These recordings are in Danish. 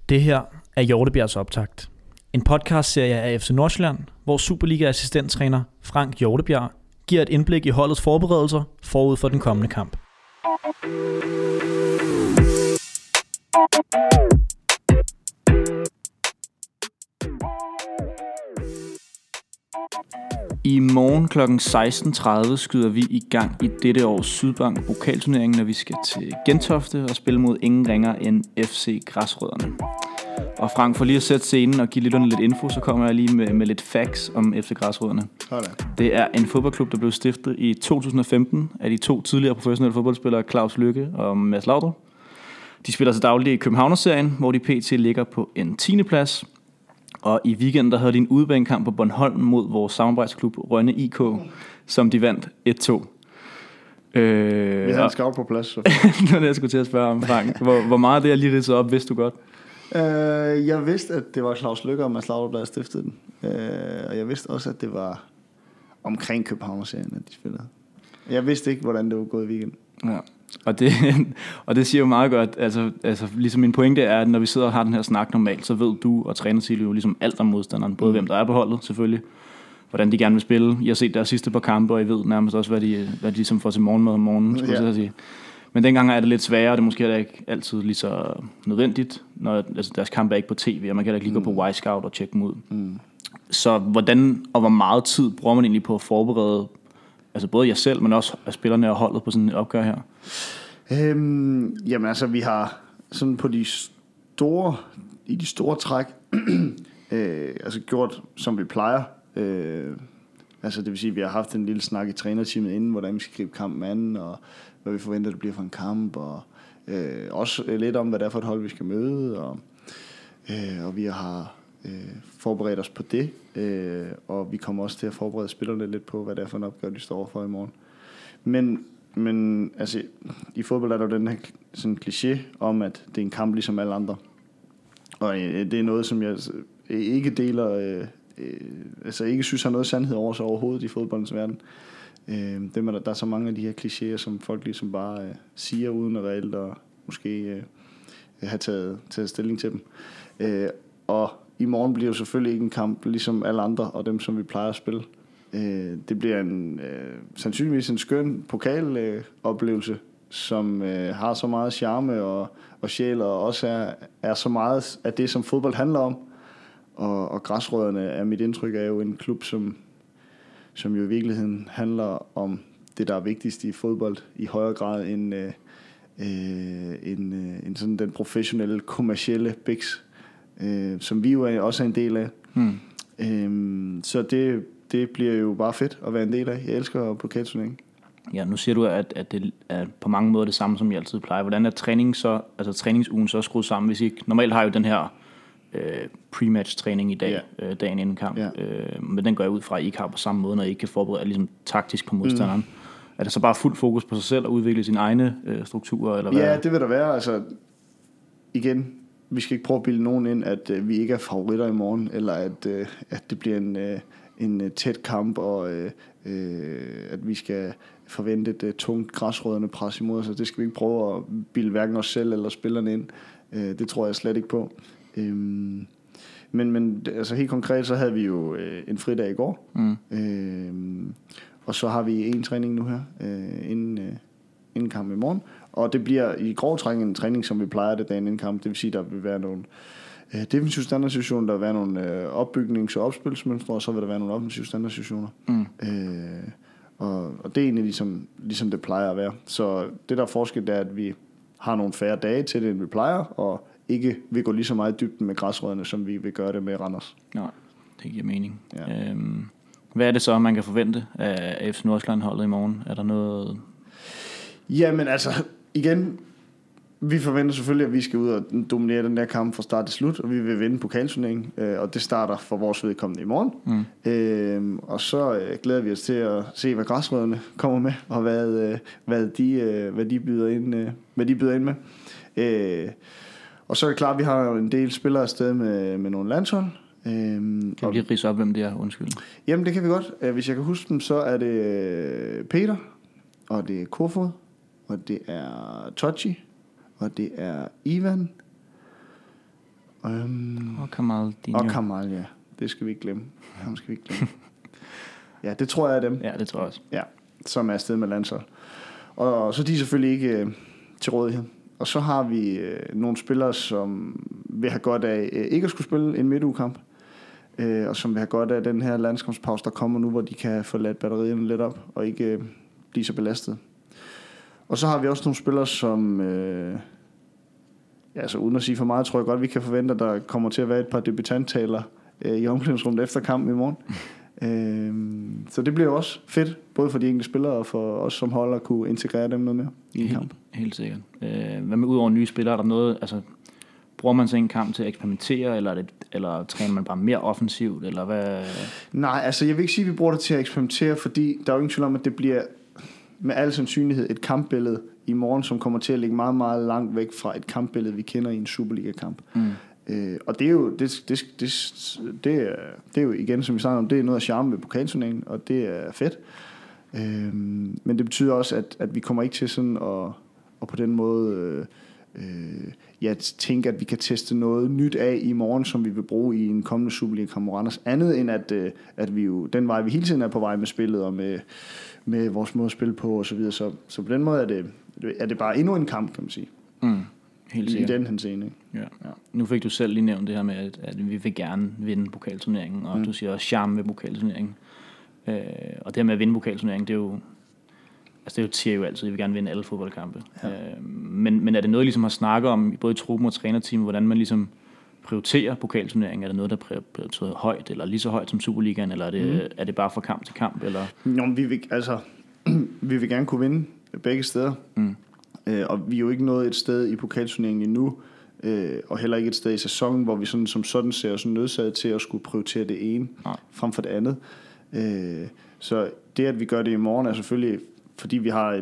Det her er Hjortebjergs optakt. En podcastserie af FC Nordsjælland, hvor Superliga-assistenttræner Frank Hjortebjerg giver et indblik i holdets forberedelser forud for den kommende kamp. I morgen kl. 16.30 skyder vi i gang i dette års Sydbank pokalturnering, når vi skal til Gentofte og spille mod ingen ringer end FC Græsrødderne. Og Frank, for lige at sætte scenen og give lidt info, så kommer jeg lige med lidt facts om FC Græsrødderne. Det er en fodboldklub, der blev stiftet i 2015 af de to tidligere professionelle fodboldspillere, Claus Lykke og Mads Laudrup. De spiller sig dagligt i Københavnerserien, hvor de pt. Ligger på en 10. plads. Og i weekenden der havde de en udebanekamp på Bornholm mod vores samarbejdsklub Rønne IK, som de vandt 1-2. Vi havde en scout på plads. Så. Det var det, jeg skulle til at spørge om, Frank. Hvor meget af det, jeg lige ridset op, vidste du godt? Jeg vidste, at det var Claus Lykke og Mads Laudrup, der havde stiftet den. Og jeg vidste også, at det var omkring Københavnerserien, at de spillede. Jeg vidste ikke, hvordan det var gået i weekenden. Ja. Og det siger jo meget godt, altså ligesom min pointe er, at når vi sidder og har den her snak normalt, så ved du og træner jo ligesom alt om modstanderen, både hvem der er på holdet selvfølgelig, hvordan de gerne vil spille. I har set deres sidste par kampe, og I ved nærmest også, hvad de ligesom får til morgenmad om morgenen, skulle jeg sige. Men dengang er det lidt sværere, og det måske er det ikke altid lige så nødvendigt, når altså deres kampe er ikke på tv, og man kan da ikke lige gå på Y-Scout og tjekke dem ud. Så hvordan og hvor meget tid bruger man egentlig på at forberede, altså både jer selv, men også af spillerne og holdet på sådan et opgør her? Jamen altså, vi har sådan på i de store træk altså gjort, som vi plejer. Altså det vil sige, at vi har haft en lille snak i trænerteamet inden, hvordan vi skal gribe kampen an, og hvad vi forventer, det bliver for en kamp, og også lidt om, hvad det er for et hold, vi skal møde, og vi har forberedt os på det, og vi kommer også til at forberede spillerne lidt på, hvad det er for en opgave, de står for i morgen. Men altså, i fodbold er der jo den her sådan kliché om, at det er en kamp ligesom alle andre. Og det er noget, som jeg ikke deler, altså ikke synes har noget sandhed over sig overhovedet i fodboldens verden. Der er så mange af de her klichéer, som folk ligesom bare siger uden at reelt og måske have taget stilling til dem. Og i morgen bliver jo selvfølgelig ikke en kamp ligesom alle andre og dem, som vi plejer at spille. Det bliver sandsynligvis en skøn pokaloplevelse, som har så meget charme og sjæl, og også er så meget af det, som fodbold handler om. Og Græsrødderne er mit indtryk af jo en klub, som jo i virkeligheden handler om det, der er vigtigst i fodbold, i højere grad end sådan den professionelle, kommercielle bigs, som vi jo også er en del af. Så det bliver jo bare fedt at være en del af. Jeg elsker pokalturneringen. Ja, nu siger du, at det er på mange måder det samme, som I altid plejer. Hvordan er træningsugen så skruet sammen? Hvis I ikke, normalt har jo den her pre-match træning i dag, dagen inden kamp. Ja. Men den går jeg ud fra, at I ikke har på samme måde, når I ikke kan forberede ligesom taktisk på modstanderen. Er det så bare fuld fokus på sig selv og udvikle sine egne strukturer? Eller hvad? Ja, det vil der være. Altså, igen, vi skal ikke prøve at bilde nogen ind, at vi ikke er favoritter i morgen, eller at det bliver en tæt kamp, og at vi skal forvente et tungt Græsrødderne pres imod os. Det skal vi ikke prøve at bilde hverken os selv eller spillerne ind. Det tror jeg slet ikke på. Men altså helt konkret, så havde vi jo en fridag i går. Og så har vi en træning nu her, inden kamp i morgen. Og det bliver i grov træk en træning, som vi plejer det dagen inden kamp. Det vil sige, der vil være nogle defensive standardsituationer, der vil være nogle opbygnings- og opspilsmønstre, og så vil der være nogle offensive standardsituationer. Og det er egentlig ligesom det plejer at være. Så det der forskel, det er, at vi har nogle færre dage til det, end vi plejer, og ikke vil gå lige så meget i dybden med Græsrødderne, som vi vil gøre det med Randers. Nej, det giver mening. Ja. Hvad er det så, man kan forvente af FC Nordsjælland-holdet i morgen? Er der noget? Jamen altså, igen, vi forventer selvfølgelig, at vi skal ud og dominere den der kamp fra start til slut, og vi vil vinde pokalturneringen, og det starter for vores vedkommende i morgen. Og så glæder vi os til at se, hvad Græsrødderne kommer med, og hvad de byder ind med. Og så er det klart, at vi har jo en del spillere afsted med nogle landshold. Kan vi lige ridse op, hvem det er? Undskyld. Jamen, det kan vi godt. Hvis jeg kan huske dem, så er det Peter, og det er Kofod, og det er Tochi, og det er Ivan, Og Kamaldinho. Og Kamal, ja. Det skal vi ikke glemme. Ja, det tror jeg er dem. Ja, det tror jeg også. Ja, som er afsted med landshold. Og så er de selvfølgelig ikke til rådighed. Og så har vi nogle spillere, som vil have godt af ikke at skulle spille en midtugekamp. Og som vil have godt af den her landskampspause, der kommer nu, hvor de kan få ladt batterierne lidt op og ikke blive så belastet. Og så har vi også nogle spillere, som... altså uden at sige for meget, tror jeg godt, vi kan forvente, at der kommer til at være et par debutanttaler i omklædningsrummet efter kampen i morgen. Så det bliver også fedt, både for de enkelte spillere og for os som hold at kunne integrere dem noget mere i en kamp. Helt sikkert. Hvad med udover nye spillere, er der noget, altså bruger man så en kamp til at eksperimentere, eller træner man bare mere offensivt, eller hvad? Nej, altså jeg vil ikke sige, at vi bruger det til at eksperimentere, fordi der er jo ingen tvivl om, at det bliver med al sandsynlighed et kampbillede i morgen, som kommer til at ligge meget, meget langt væk fra et kampbillede, vi kender i en Superliga-kamp. Og det er jo det er jo igen, som vi snakker om, det er noget af charmen ved pokalturneringen, og det er fedt. Men det betyder også, at vi kommer ikke til sådan og på den måde tænke, at vi kan teste noget nyt af i morgen, som vi vil bruge i en kommende Superliga-kamp Randers. Andet end at vi jo den vej, vi hele tiden er på vej med spillet og med vores måde at spille på og så videre. Så på den måde er det bare endnu en kamp, kan man sige. Helt sikkert. I den henseende. Ja. Nu fik du selv lige nævnt det her med, at vi vil gerne vinde pokalturneringen, og du siger også charme ved pokalturneringen. Og det her med at vinde pokalturneringen, det er jo, altså det siger jo altid, at vi vil gerne vinde alle fodboldkampe. Ja. Men er det noget, I ligesom har snakket om, både i truppen og trænerteamet, hvordan man ligesom prioriterer pokalturneringen? Er det noget, der prioriterer højt, eller lige så højt som Superligaen, eller er det bare fra kamp til kamp? Eller? Jo, vi vil gerne kunne vinde begge steder. Og vi er jo ikke nået et sted i pokalturneringen endnu, og heller ikke et sted i sæsonen, hvor vi som sådan ser os nødsaget til at skulle prioritere det ene frem for det andet. Så det, at vi gør det i morgen, er selvfølgelig, fordi vi har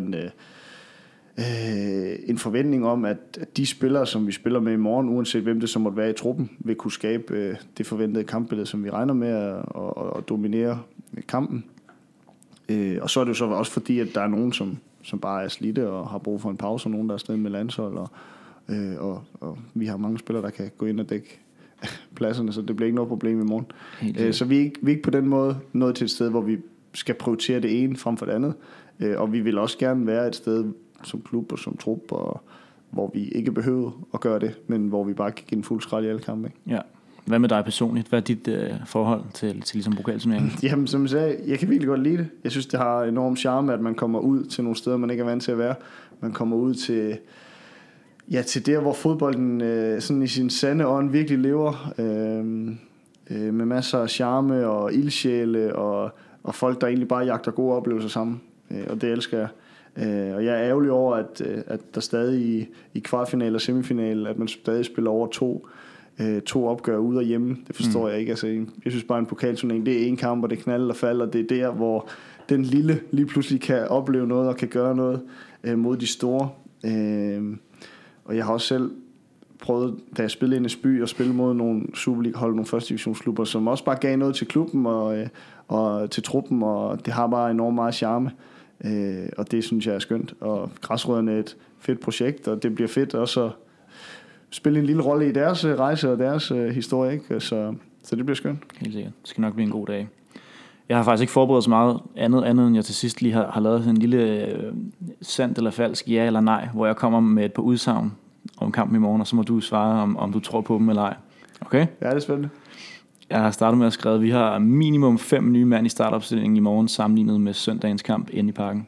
en forventning om, at de spillere, som vi spiller med i morgen, uanset hvem det så måtte være i truppen, vil kunne skabe det forventede kampbillede, som vi regner med at dominere kampen. Og så er det jo så også fordi, at der er nogen, som bare er slidte og har brug for en pause, og nogen, der er afsted med landshold, og vi har mange spillere, der kan gå ind og dække pladserne, så det bliver ikke noget problem i morgen. Så vi er ikke på den måde nået til et sted, hvor vi skal prioritere det ene frem for det andet, og vi vil også gerne være et sted som klub og som trup, og hvor vi ikke behøver at gøre det, men hvor vi bare kan give en fuld skrald i alle kampe. Ja. Hvad med dig personligt? Hvad er dit forhold til ligesom pokalturneringen? Jamen, som jeg sagde, jeg kan virkelig godt lide det. Jeg synes, det har enorm charme, at man kommer ud til nogle steder, man ikke er vant til at være. Man kommer ud til der, hvor fodbolden sådan i sin sande ånd virkelig lever. Med masser af charme og ildsjæle og folk, der egentlig bare jagter gode oplevelser sammen. Og det elsker jeg. Og jeg er ærgerlig over, at der stadig i kvartfinale og semifinale, at man stadig spiller over to opgør ude og hjemme. Det forstår jeg ikke. Altså, jeg synes bare, en pokalturnering, det er en kamp, og det knalder og falder. Det er der, hvor den lille lige pludselig kan opleve noget og kan gøre noget mod de store. Og jeg har også selv prøvet, da jeg spillede i Næsby, at spille mod nogle Superliga-hold, nogle første divisionsklubber, som også bare gav noget til klubben og til truppen, og det har bare enormt meget charme. Og det synes jeg er skønt. Og Græsrødderne er et fedt projekt, og det bliver fedt også at spille en lille rolle i deres rejse og deres historie, ikke? Så det bliver skønt. Helt sikkert. Det skal nok blive en god dag. Jeg har faktisk ikke forberedt så meget andet end jeg til sidst lige har lavet en lille sandt eller falsk ja eller nej, hvor jeg kommer med et par udsagn om kampen i morgen, og så må du svare, om du tror på dem eller ej. Okay? Ja, det er spændende. Jeg har startet med at skrive, at vi har minimum 5 nye mand i startopstillingen i morgen, sammenlignet med søndagens kamp inde i parken.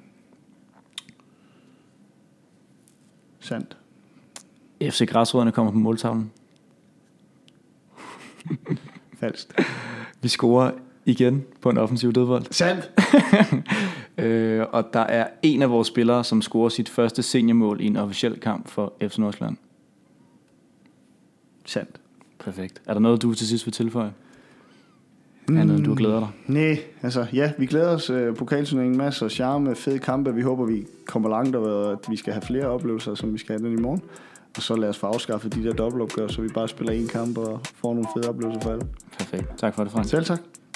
Sandt. FC Græsrødderne kommer på måltavlen. Falsk. Vi scorer igen på en offensiv dødbold. Sandt. Og der er en af vores spillere, som scorer sit første seniormål i en officiel kamp for FC Nordsjælland. Sandt. Perfekt. Er der noget, du til sidst vil tilføje? Er noget, du glæder dig? Nej, altså ja, vi glæder os. Pokalturneringen, masser af charme, fede kampe. Vi håber, vi kommer langt, og at vi skal have flere oplevelser, som vi skal have den i morgen. Og så lad os få afskaffet de der dobbeltopgør, så vi bare spiller en kamp og får nogle fede oplevelser for alle. Perfekt. Tak for det, Frank. Selv tak.